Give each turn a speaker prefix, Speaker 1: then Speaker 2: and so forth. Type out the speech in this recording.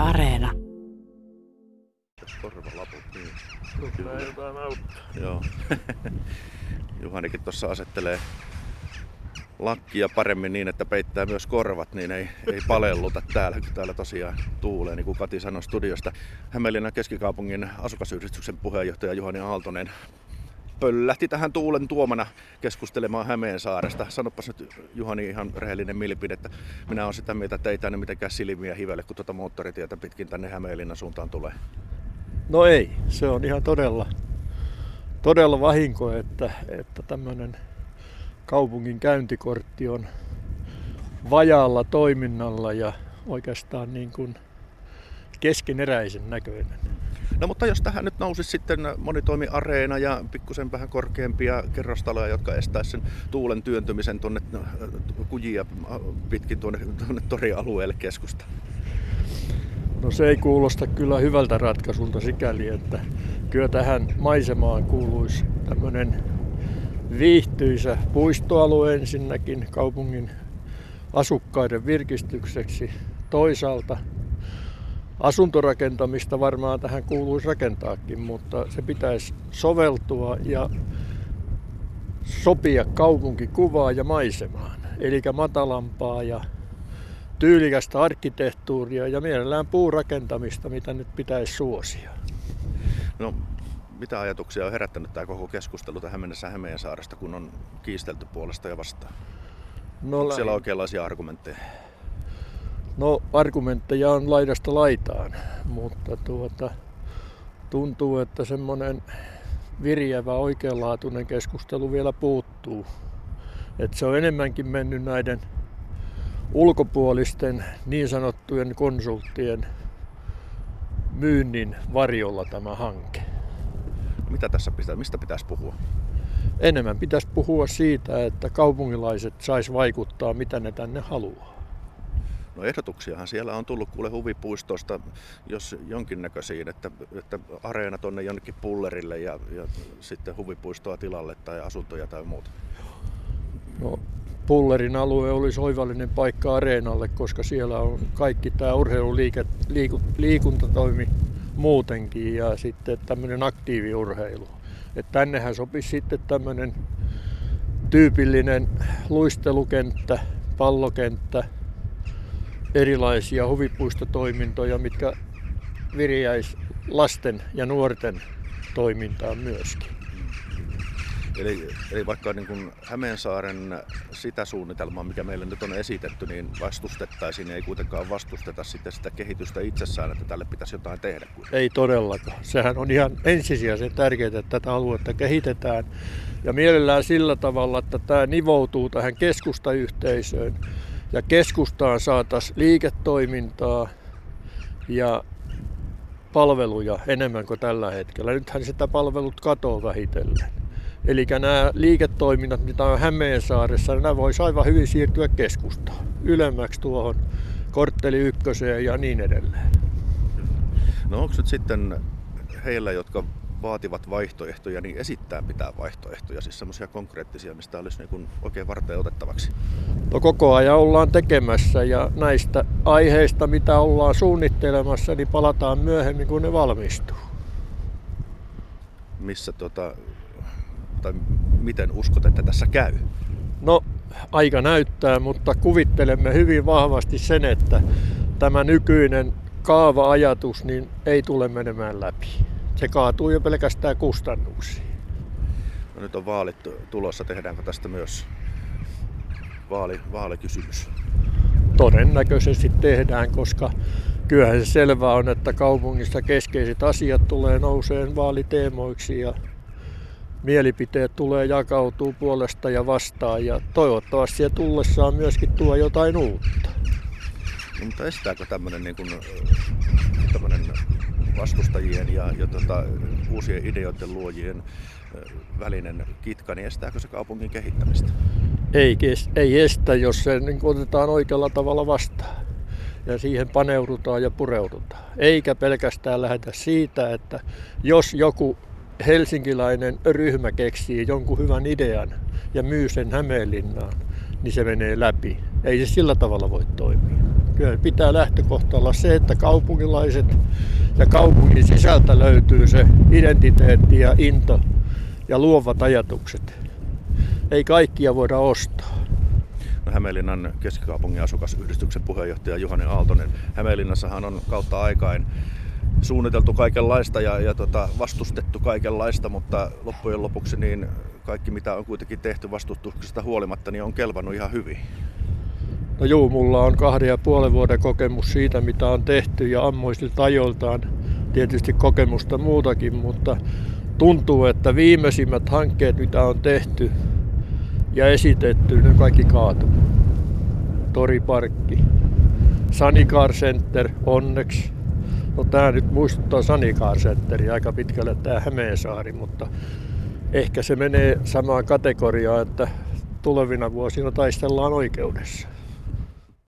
Speaker 1: Areena.
Speaker 2: Korvalaput, niin.
Speaker 3: Kyllä jotain auttaa.
Speaker 2: Joo. Juhanikin tuossa asettelee lakkia paremmin niin, että peittää myös korvat, niin ei palelluta täällä, kun täällä tosiaan tuulee, niin kuin Kati sanoi studiosta. Hämeenlinnan keskikaupungin asukasyhdistyksen puheenjohtaja Juhani Aaltonen pöllähti tähän tuulen tuomana keskustelemaan Hämeensaaresta. Sanopas nyt, Juhani, ihan rehellinen mielipide, että minä olen sitä mieltä, että ei tänne mitenkään silmiä hivele, kun tuota moottoritietä pitkin tänne Hämeenlinnan suuntaan tulee.
Speaker 3: No ei, se on ihan todella vahinko, että tämmöinen kaupungin käyntikortti on vajaalla toiminnalla ja oikeastaan niin kuin keskeneräisen näköinen.
Speaker 2: No mutta jos tähän nyt nousisi sitten monitoimiareena ja pikkusen vähän korkeampia kerrostaloja, jotka estäisi sen tuulen työntymisen tuonne kujia pitkin tuonne torialueelle keskustaan.
Speaker 3: No se ei kuulosta kyllä hyvältä ratkaisulta sikäli, että kyllä tähän maisemaan kuuluisi tämmöinen viihtyisä puistoalue ensinnäkin kaupungin asukkaiden virkistykseksi. Toisaalta asuntorakentamista varmaan tähän kuuluisi rakentaakin, mutta se pitäisi soveltua ja sopia kaupunkikuvaan ja maisemaan. Eli matalampaa ja tyylikästä arkkitehtuuria ja mielellään puurakentamista, mitä nyt pitäisi suosia.
Speaker 2: No, mitä ajatuksia on herättänyt tämä koko keskustelu tähän mennessä Hämeensaaresta, kun on kiistelty puolesta ja vastaan?
Speaker 3: No,
Speaker 2: onko siellä oikeanlaisia argumentteja?
Speaker 3: No, argumentteja on laidasta laitaan, mutta tuntuu, että semmoinen viriävä oikeanlaatuinen keskustelu vielä puuttuu. Että se on enemmänkin mennyt näiden ulkopuolisten niin sanottujen konsulttien myynnin varjolla tämä hanke.
Speaker 2: Mistä pitäisi puhua?
Speaker 3: Enemmän pitäisi puhua siitä, että kaupungilaiset sais vaikuttaa, mitä ne tänne haluaa.
Speaker 2: No ehdotuksiahan siellä on tullut kuule huvipuistosta, jos jonkinnäköisiin, että areena tonne jonnekin pullerille ja sitten huvipuistoa tilalle tai asuntoja tai muuta. No,
Speaker 3: Pullerin alue olisi oivallinen paikka areenalle, koska siellä on kaikki tämä liikuntatoimi muutenkin ja sitten tämmöinen aktiiviurheilu. Et tännehän sopisi sitten tämmöinen tyypillinen luistelukenttä, pallokenttä, erilaisia huvipuistotoimintoja, mitkä viriäisi lasten ja nuorten toimintaan myöskin.
Speaker 2: Eli vaikka niin kuin Hämeensaaren sitä suunnitelmaa, mikä meille nyt on esitetty, niin vastustettaisiin, niin ei kuitenkaan vastusteta sitten sitä kehitystä itsessään, että tälle pitäisi jotain tehdä.
Speaker 3: Ei todellakaan. Sehän on ihan ensisijaisen tärkeää, että tätä aluetta kehitetään. Ja mielellään sillä tavalla, että tämä nivoutuu tähän keskustayhteisöön. Ja keskustaan saataisiin liiketoimintaa ja palveluja enemmän kuin tällä hetkellä. Nythän sitä palvelut katoaa vähitellen. Eli nämä liiketoiminnat, mitä on Hämeensaaressa, nämä voisi aivan hyvin siirtyä keskustaan. Ylemmäksi tuohon Kortteli ykköseen ja niin edelleen.
Speaker 2: No onko nyt sitten heillä, jotka vaativat vaihtoehtoja, niin esittää pitää vaihtoehtoja, siis semmoisia konkreettisia, mistä olisi niin kuin oikein varten otettavaksi?
Speaker 3: No koko ajan ollaan tekemässä ja näistä aiheista, mitä ollaan suunnittelemassa, niin palataan myöhemmin, kun ne valmistuu.
Speaker 2: Missä tai miten uskot, että tässä käy?
Speaker 3: No aika näyttää, mutta kuvittelemme hyvin vahvasti sen, että tämä nykyinen kaava-ajatus niin ei tule menemään läpi. Se kaatuu jo pelkästään kustannuksiin.
Speaker 2: No nyt on vaalit tulossa. Tehdäänkö tästä myös vaalikysymys?
Speaker 3: Todennäköisesti tehdään, koska kyllähän se selvää on, että kaupungissa keskeiset asiat tulee nouseen vaaliteemoiksi ja mielipiteet tulee jakautuu puolesta ja vastaan ja toivottavasti se tullessaan myöskin tuo jotain uutta.
Speaker 2: No, mutta estääkö tämmöinen vastustajien ja uusien ideoiden luojien välinen kitka, niin estääkö se kaupungin kehittämistä?
Speaker 3: Ei estä, jos se niin otetaan oikealla tavalla vastaan ja siihen paneudutaan ja pureudutaan. Eikä pelkästään lähdetä siitä, että jos joku helsinkiläinen ryhmä keksii jonkun hyvän idean ja myy sen Hämeenlinnaan, niin se menee läpi. Ei se sillä tavalla voi toimia. Kyllä pitää lähtökohta olla se, että kaupungilaiset ja kaupungin sisältä löytyy se identiteetti ja into ja luovat ajatukset. Ei kaikkia voida ostaa.
Speaker 2: No, Hämeenlinnan keskikaupungin asukasyhdistyksen puheenjohtaja Juhani Aaltonen. Hämeenlinnassahan on kautta aikain suunniteltu kaikenlaista ja vastustettu kaikenlaista, mutta loppujen lopuksi niin kaikki mitä on kuitenkin tehty vastustuksesta huolimatta, niin on kelvannut ihan hyvin.
Speaker 3: No juu, mulla on 2,5 vuoden kokemus siitä, mitä on tehty ja ammoisilta ajoiltaan tietysti kokemusta muutakin, mutta tuntuu, että viimeisimmät hankkeet, mitä on tehty ja esitetty, ne kaikki kaatu. Toriparkki, Sunny Car Center, onneksi. No tää nyt muistuttaa Sunny Car Centeria aika pitkälle tää Hämeensaari, mutta ehkä se menee samaan kategoriaan, että tulevina vuosina taistellaan oikeudessa.